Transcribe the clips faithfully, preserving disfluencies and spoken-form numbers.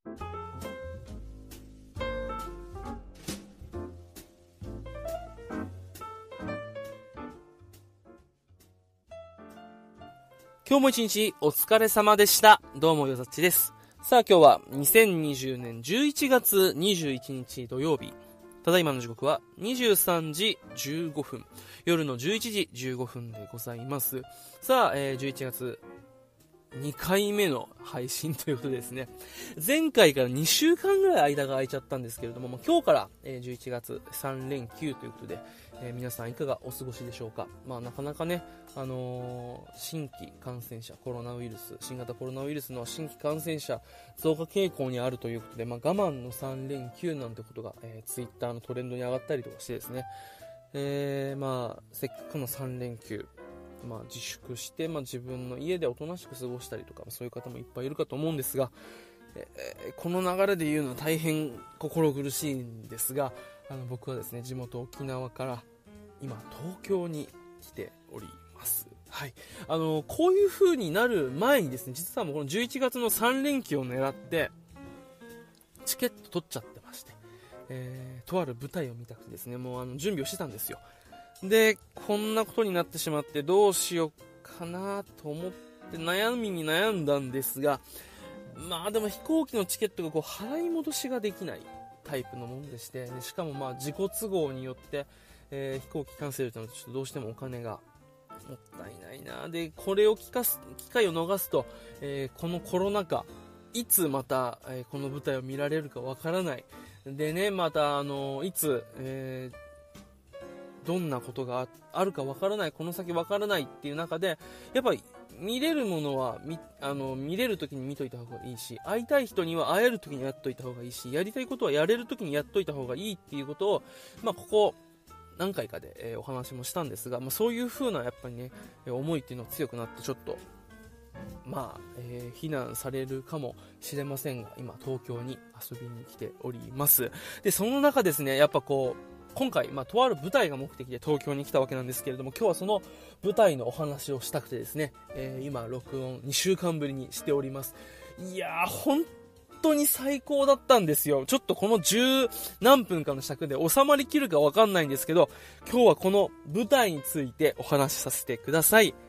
今日も一日お疲れ様でした。どうもよざっちです。さあ今日はにせんにじゅうねんじゅういちがつにじゅういちにち土曜日。ただいまの時刻はにじゅうさんじじゅうごふん。夜のじゅういちじじゅうごふんでございます。さあ、えー、じゅういちがつにかいめの配信ということでですね。前回からにしゅうかんぐらい間が空いちゃったんですけれども、もう今日から、えー、じゅういちがつさんれんきゅうということで、えー、皆さんいかがお過ごしでしょうか。まあなかなかね、あのー、新規感染者、コロナウイルス、新型コロナウイルスの新規感染者増加傾向にあるということで、まあ我慢のさんれんきゅうなんてことが、えー、ツイッターのトレンドに上がったりとかしてですね、えー、まあせっかくのさんれんきゅう、まあ、自粛して、まあ、自分の家でおとなしく過ごしたりとか、そういう方もいっぱいいるかと思うんですが、えー、この流れで言うのは大変心苦しいんですが、あの僕はですね、地元沖縄から今東京に来ております。はい、あのこういう風になる前にですね、実はもうこのじゅういちがつのさんれんきゅうを狙ってチケット取っちゃってまして、えー、とある舞台を見たくてですね、もうあの準備をしてたんですよ。で、こんなことになってしまってどうしようかなと思って悩みに悩んだんですが、まあでも飛行機のチケットがこう払い戻しができないタイプのものでして、でしかもまあ自己都合によって、えー、飛行機キャンセルというのはちょっとどうしてもお金がもったいないな。で、これを聞かす機会を逃すと、えー、このコロナ禍いつまた、えー、この舞台を見られるかわからない。でね、またあのいつ、えーどんなことがあるかわからない、この先わからないっていう中で、やっぱり見れるものは 見, あの見れるときに見といた方がいいし、会いたい人には会えるときにやっといた方がいいし、やりたいことはやれるときにやっといた方がいいっていうことを、まあ、ここ何回かで、えー、お話もしたんですが、まあ、そういう風なやっぱりね思いっていうのが強くなって、ちょっとまあ、えー、非難されるかもしれませんが、今東京に遊びに来ております。で、その中ですね、やっぱこう今回、まあ、とある舞台が目的で東京に来たわけなんですけれども、今日はその舞台のお話をしたくてですね、えー、今録音にしゅうかんぶりにしております。いやー本当に最高だったんですよ。ちょっとこの十何分かの尺で収まりきるかわかんないんですけど、今日はこの舞台についてお話しさせてください。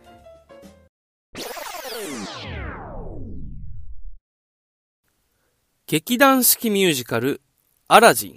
劇団四季ミュージカルアラジン。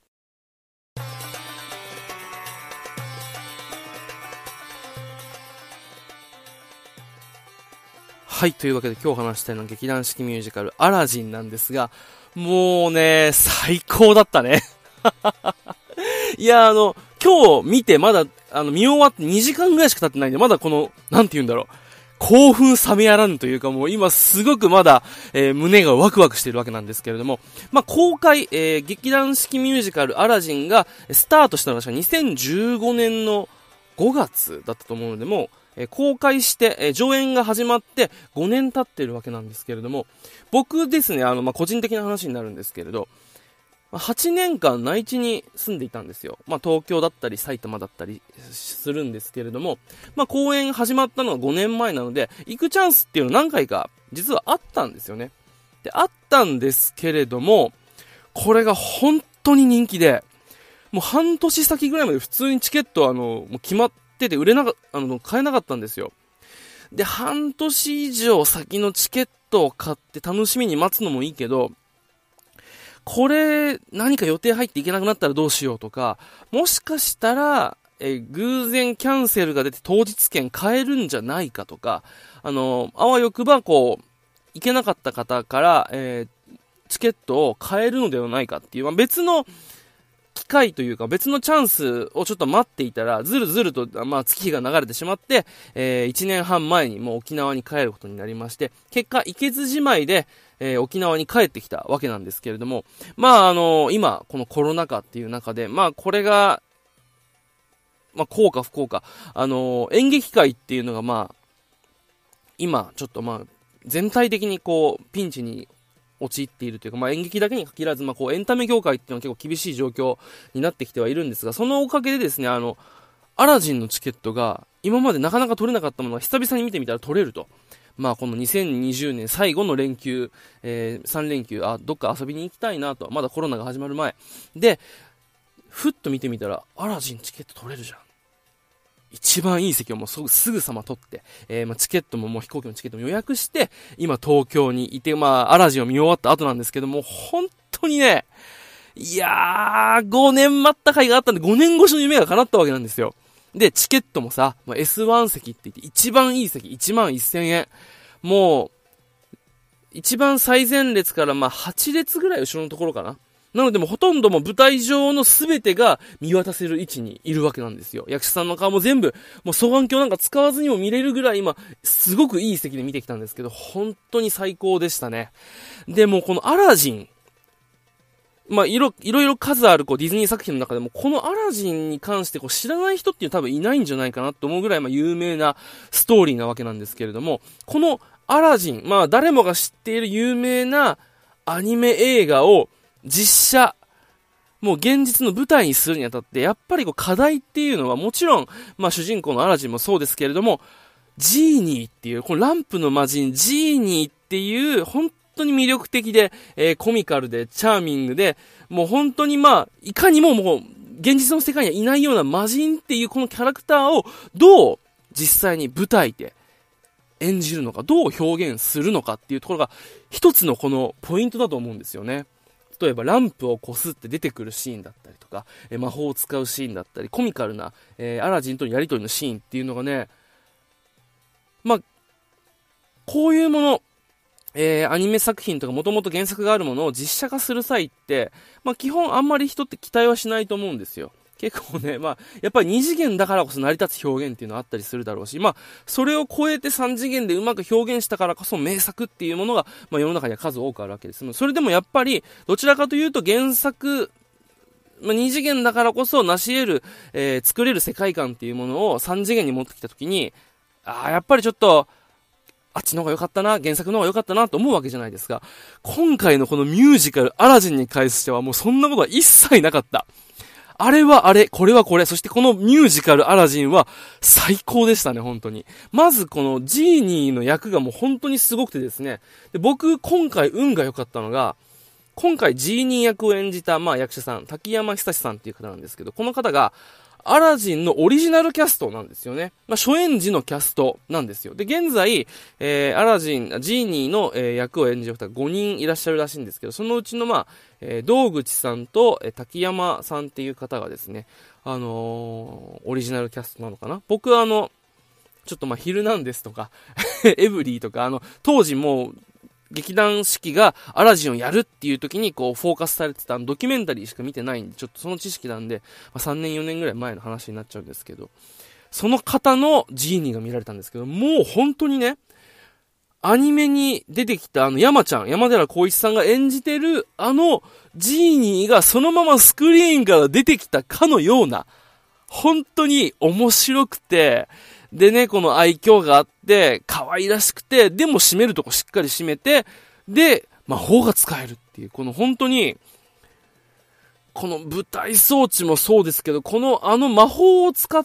はい、というわけで今日話したいのは劇団四季ミュージカルアラジンなんですが、もうね、最高だったね。いや、あの、今日見てまだ、あの、見終わってにじかんぐらいしか経ってないんで、まだこの、なんて言うんだろう、興奮冷めやらぬというか、もう今すごくまだ、えー、胸がワクワクしているわけなんですけれども、まあ、公開、えー、劇団四季ミュージカルアラジンがスタートしたのがにせんじゅうごねんのごがつだったと思うので、もう、えー、公開して、えー、上演が始まってごねん経っているわけなんですけれども、僕ですね、あの、まあ、個人的な話になるんですけれど、はちねんかん内地に住んでいたんですよ。まあ、東京だったり埼玉だったりするんですけれども、まあ、公演始まったのがごねんまえなので、行くチャンスっていうの何回か実はあったんですよね。で、あったんですけれども、これが本当に人気で、もう半年先ぐらいまで普通にチケットあの、もう決まってて売れなか、あの、買えなかったんですよ。で、半年以上先のチケットを買って楽しみに待つのもいいけど、これ何か予定入っていけなくなったらどうしようとか、もしかしたら、えー、偶然キャンセルが出て当日券買えるんじゃないかとか、あのー、あわよくばこう行けなかった方から、えー、チケットを買えるのではないかっていう、まあ、別の機会というか別のチャンスをちょっと待っていたら、ずるずると、まあ、月日が流れてしまって、えー、いちねんはん前にもう沖縄に帰ることになりまして、結果行けずじまいで、えー、沖縄に帰ってきたわけなんですけれども、まああのー、今このコロナ禍っていう中で、まあこれがまあ効か不効か、あのー、演劇界っていうのがまあ今ちょっとまあ全体的にこうピンチに陥っているというか、まあ演劇だけに限らず、まあこうエンタメ業界っていうのは結構厳しい状況になってきてはいるんですが、そのおかげでですね、あのアラジンのチケットが今までなかなか取れなかったものが久々に見てみたら取れると。 まあこのにせんにじゅうねん最後の連休、えー、さん連休、あ、どっか遊びに行きたいなと、まだコロナが始まる前。で、ふっと見てみたら、アラジンチケット取れるじゃん。一番いい席をもうすぐ、すぐさま取って、えー、まあチケットももう飛行機のチケットも予約して、今東京にいて、まあアラジンを見終わった後なんですけども、本当にね、いやー、ごねん待った甲斐があったんで、ごねん越しの夢が叶ったわけなんですよ。で、チケットもさ、まあ、エスワン 席って言って、一番いい席、いちまんせんえん。もう、一番最前列からまあはち列ぐらい後ろのところかな。なのでもうほとんどもう舞台上のすべてが見渡せる位置にいるわけなんですよ。役者さんの顔も全部、もう双眼鏡なんか使わずにも見れるぐらい今、すごくいい席で見てきたんですけど、本当に最高でしたね。で、もうこのアラジン、まあ、いろ、いろいろ数あるこうディズニー作品の中でも、このアラジンに関してこう知らない人っていうのは多分いないんじゃないかなと思うぐらいまあ有名なストーリーなわけなんですけれども、このアラジン、まあ誰もが知っている有名なアニメ映画を実写、もう現実の舞台にするにあたって、やっぱりこう課題っていうのはもちろん、まあ主人公のアラジンもそうですけれども、ジーニーっていう、このランプの魔人ジーニーっていう、本当に魅力的で、えー、コミカルで、チャーミングで、もう本当にまあ、いかにももう、現実の世界にはいないような魔人っていうこのキャラクターを、どう実際に舞台で演じるのか、どう表現するのかっていうところが、一つのこのポイントだと思うんですよね。例えばランプをこすって出てくるシーンだったりとか、えー、魔法を使うシーンだったり、コミカルな、えー、アラジンとのやりとりのシーンっていうのがね、まあ、こういうもの、えー、アニメ作品とかもともと原作があるものを実写化する際って、まあ基本あんまり人って期待はしないと思うんですよ。結構ね、まあ、やっぱり二次元だからこそ成り立つ表現っていうのはあったりするだろうし、まあ、それを超えて三次元でうまく表現したからこそ名作っていうものが、まあ世の中には数多くあるわけです。それでもやっぱり、どちらかというと原作、まあ、二次元だからこそ成し得る、えー、作れる世界観っていうものを三次元に持ってきたときに、ああ、やっぱりちょっと、あっちの方が良かったな、原作の方が良かったなと思うわけじゃないですか。今回のこのミュージカルアラジンに関してはもうそんなことは一切なかった。あれはあれ、これはこれ、そしてこのミュージカルアラジンは最高でしたね、本当に。まずこのジーニーの役がもう本当にすごくてですね。で、僕今回運が良かったのが、今回ジーニー役を演じた、まあ役者さん、滝山久志さんっていう方なんですけど、この方が、アラジンのオリジナルキャストなんですよね。まあ、初演時のキャストなんですよ。で、現在、えー、アラジン、ジーニーの、えー、役を演じる方がごにんいらっしゃるらしいんですけど、そのうちの、まあ、えー、道口さんと、えー、滝山さんっていう方がですね、あのー、オリジナルキャストなのかな。僕はあの、ちょっとまあ、ヒルナンデスとか、エブリーとか、あの、当時もう、劇団四季がアラジンをやるっていう時にこうフォーカスされてたドキュメンタリーしか見てないんで、ちょっとその知識なんで、まあ、さんねんよねんぐらい前の話になっちゃうんですけど、その方のジーニーが見られたんですけど、もう本当にね、アニメに出てきたあの山ちゃん、山寺宏一さんが演じてるあのジーニーがそのままスクリーンから出てきたかのような、本当に面白くて、でね、この愛嬌があって、可愛らしくて、でも締めるとこしっかり締めて、で、魔法が使えるっていう、この本当に、この舞台装置もそうですけど、このあの魔法を使って、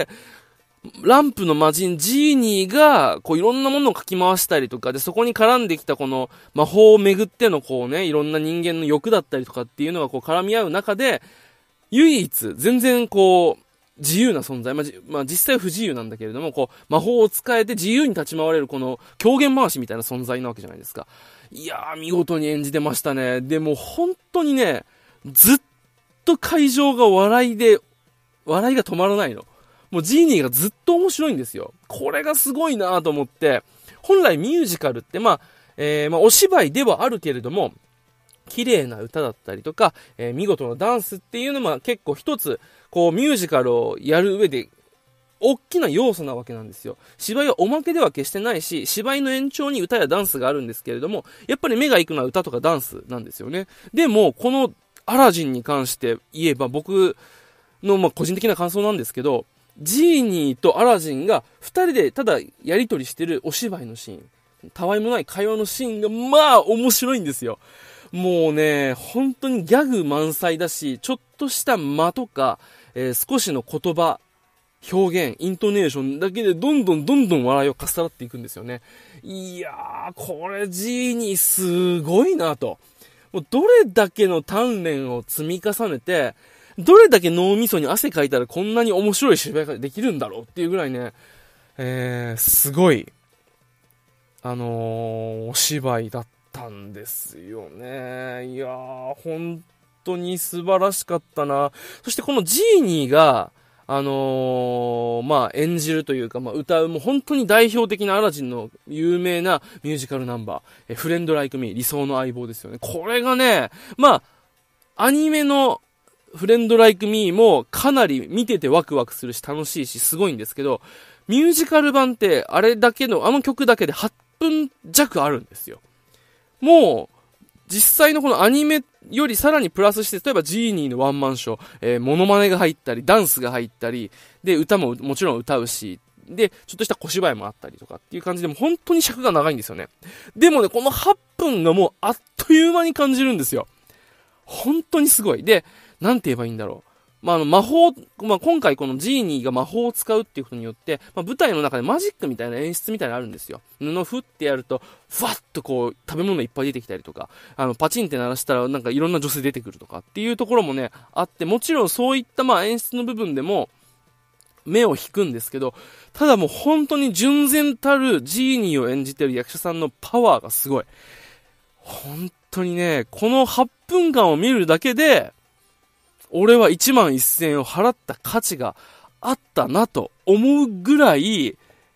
ランプの魔人ジーニーが、こういろんなものをかき回したりとか、で、そこに絡んできたこの魔法をめぐってのこうね、いろんな人間の欲だったりとかっていうのがこう絡み合う中で、唯一、全然こう、自由な存在。まあ、まあ、実際は不自由なんだけれども、こう、魔法を使えて自由に立ち回れるこの狂言回しみたいな存在なわけじゃないですか。いやー、見事に演じてましたね。でも本当にね、ずっと会場が笑いで、笑いが止まらないの。もうジーニーがずっと面白いんですよ。これがすごいなと思って、本来ミュージカルって、まあ、えー、まあ、お芝居ではあるけれども、綺麗な歌だったりとか、えー、見事なダンスっていうのも結構一つ、こうミュージカルをやる上で大きな要素なわけなんですよ。芝居はおまけでは決してないし、芝居の延長に歌やダンスがあるんですけれども、やっぱり目が行くのは歌とかダンスなんですよね。でも、このアラジンに関して言えば僕のまあ個人的な感想なんですけど、ジーニーとアラジンが二人でただやりとりしてるお芝居のシーン、たわいもない会話のシーンがまあ面白いんですよ。もうね、本当にギャグ満載だし、ちょっとした間とか、えー、少しの言葉表現、イントネーションだけでどんどんどんどん笑いをかっさらっていくんですよね。いやー、これジーニーすごいなと。もうどれだけの鍛錬を積み重ねて、どれだけ脳みそに汗かいたらこんなに面白い芝居ができるんだろうっていうぐらいね、えー、すごい、あのー、お芝居だったんですよね。いやー、本当に素晴らしかったな。そしてこのジーニーが、あのー、まあ、演じるというか、まあ、歌う、もう本当に代表的なアラジンの有名なミュージカルナンバー、え、フレンドライクミー、理想の相棒ですよね。これがね、まあ、アニメのフレンドライクミーもかなり見ててワクワクするし楽しいしすごいんですけど、ミュージカル版ってあれだけの、あの曲だけではっぷん弱あるんですよ。もう、実際のこのアニメよりさらにプラスして、例えばジーニーのワンマンショー、えー、モノマネが入ったり、ダンスが入ったり、で、歌ももちろん歌うし、で、ちょっとした小芝居もあったりとかっていう感じで、も本当に尺が長いんですよね。でもね、このはっぷんがもうあっという間に感じるんですよ。本当にすごい。で、なんて言えばいいんだろう。まあ、あの、魔法、まあ、今回このジーニーが魔法を使うっていうことによって、まあ、舞台の中でマジックみたいな演出みたいなのあるんですよ。布を振ってやると、ふわっとこう、食べ物いっぱい出てきたりとか、あの、パチンって鳴らしたらなんかいろんな女性出てくるとかっていうところもね、あって、もちろんそういったまあ演出の部分でも、目を引くんですけど、ただもう本当に純然たるジーニーを演じてる役者さんのパワーがすごい。本当にね、このはっぷんかんを見るだけで、俺はいちまんせんえんを払った価値があったなと思うぐらい、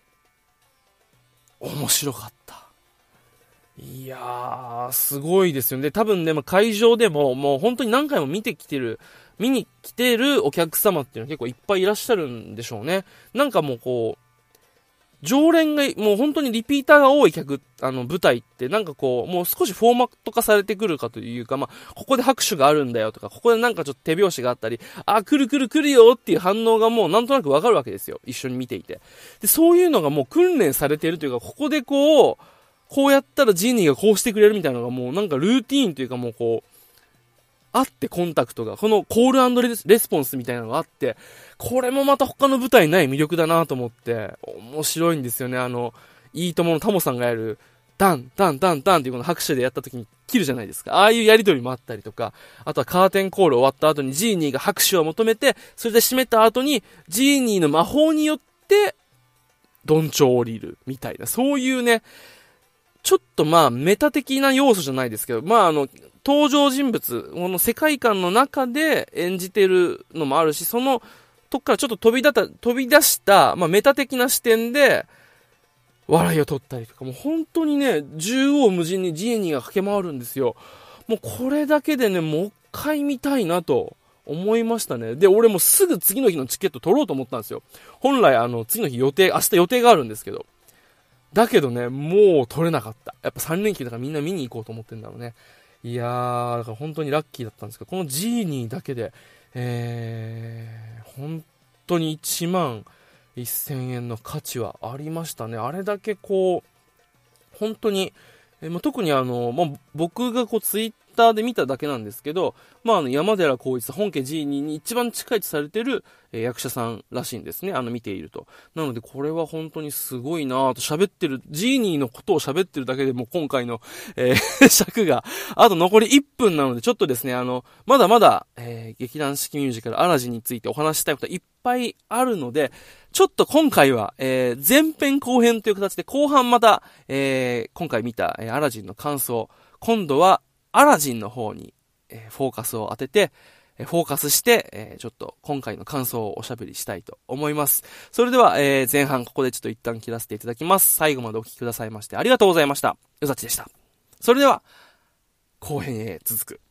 面白かった。いやー、すごいですよね。多分ね、まあ、会場でももう本当に何回も見てきてる、見に来てるお客様っていうのは結構いっぱいいらっしゃるんでしょうね。なんかもうこう、常連が、もう本当にリピーターが多い客、あの、舞台って、なんかこう、もう少しフォーマット化されてくるかというか、まあ、ここで拍手があるんだよとか、ここでなんかちょっと手拍子があったり、あ、来る来る来るよっていう反応がもうなんとなくわかるわけですよ。一緒に見ていて。で、そういうのがもう訓練されているというか、ここでこう、こうやったらジーニーがこうしてくれるみたいなのがもうなんかルーティーンというかもうこう、あってコンタクトが、このコール&レスポンスみたいなのがあって、これもまた他の舞台ない魅力だなと思って、面白いんですよね。あの、いいとものタモさんがやる、ダン、ダン、ダン、ダンっていうこの拍手でやった時に切るじゃないですか。ああいうやりとりもあったりとか、あとはカーテンコール終わった後にジーニーが拍手を求めて、それで締めた後に、ジーニーの魔法によって、どんちょう降りる、みたいな、そういうね、ちょっとまあ、メタ的な要素じゃないですけど、まああの、登場人物、この世界観の中で演じてるのもあるし、そのとこからちょっと飛び出た、飛び出した、まあメタ的な視点で、笑いを取ったりとか、もう本当にね、縦横無尽にジーニーが駆け回るんですよ。もうこれだけでね、もう一回見たいなと思いましたね。で、俺もすぐ次の日のチケット取ろうと思ったんですよ。本来あの、次の日予定、明日予定があるんですけど。だけどね、もう取れなかった。やっぱさん連休だからみんな見に行こうと思ってんだろうね。いやー、だから本当にラッキーだったんですけど、このジーニーだけで、えー、本当にいちまんせんえんの価値はありましたね。あれだけこう、本当に、えーまあ、特にあの、まあ、僕がこうツイッターで見ただけなんですけど、まあ、あの山寺宏一さん、本家ジーニーに一番近いとされてる、えー、役者さんらしいんですね。あの見ていると。なのでこれは本当にすごいなぁと喋ってる、ジーニーのことを喋ってるだけでもう今回の、えー、尺が、あと残りいっぷんなのでちょっとですね、あの、まだまだ、えー、劇団四季ミュージカルアラジンについてお話ししたいことはいっぱいあるので、ちょっと今回は、えー、前編後編という形で後半また、えー、今回見た、えー、アラジンの感想、今度はアラジンの方に、えー、フォーカスを当てて、フォーカスして、えー、ちょっと今回の感想をおしゃべりしたいと思います。それでは、えー、前半ここでちょっと一旦切らせていただきます。最後までお聞きくださいましてありがとうございました。よざちでした。それでは、後編へ続く。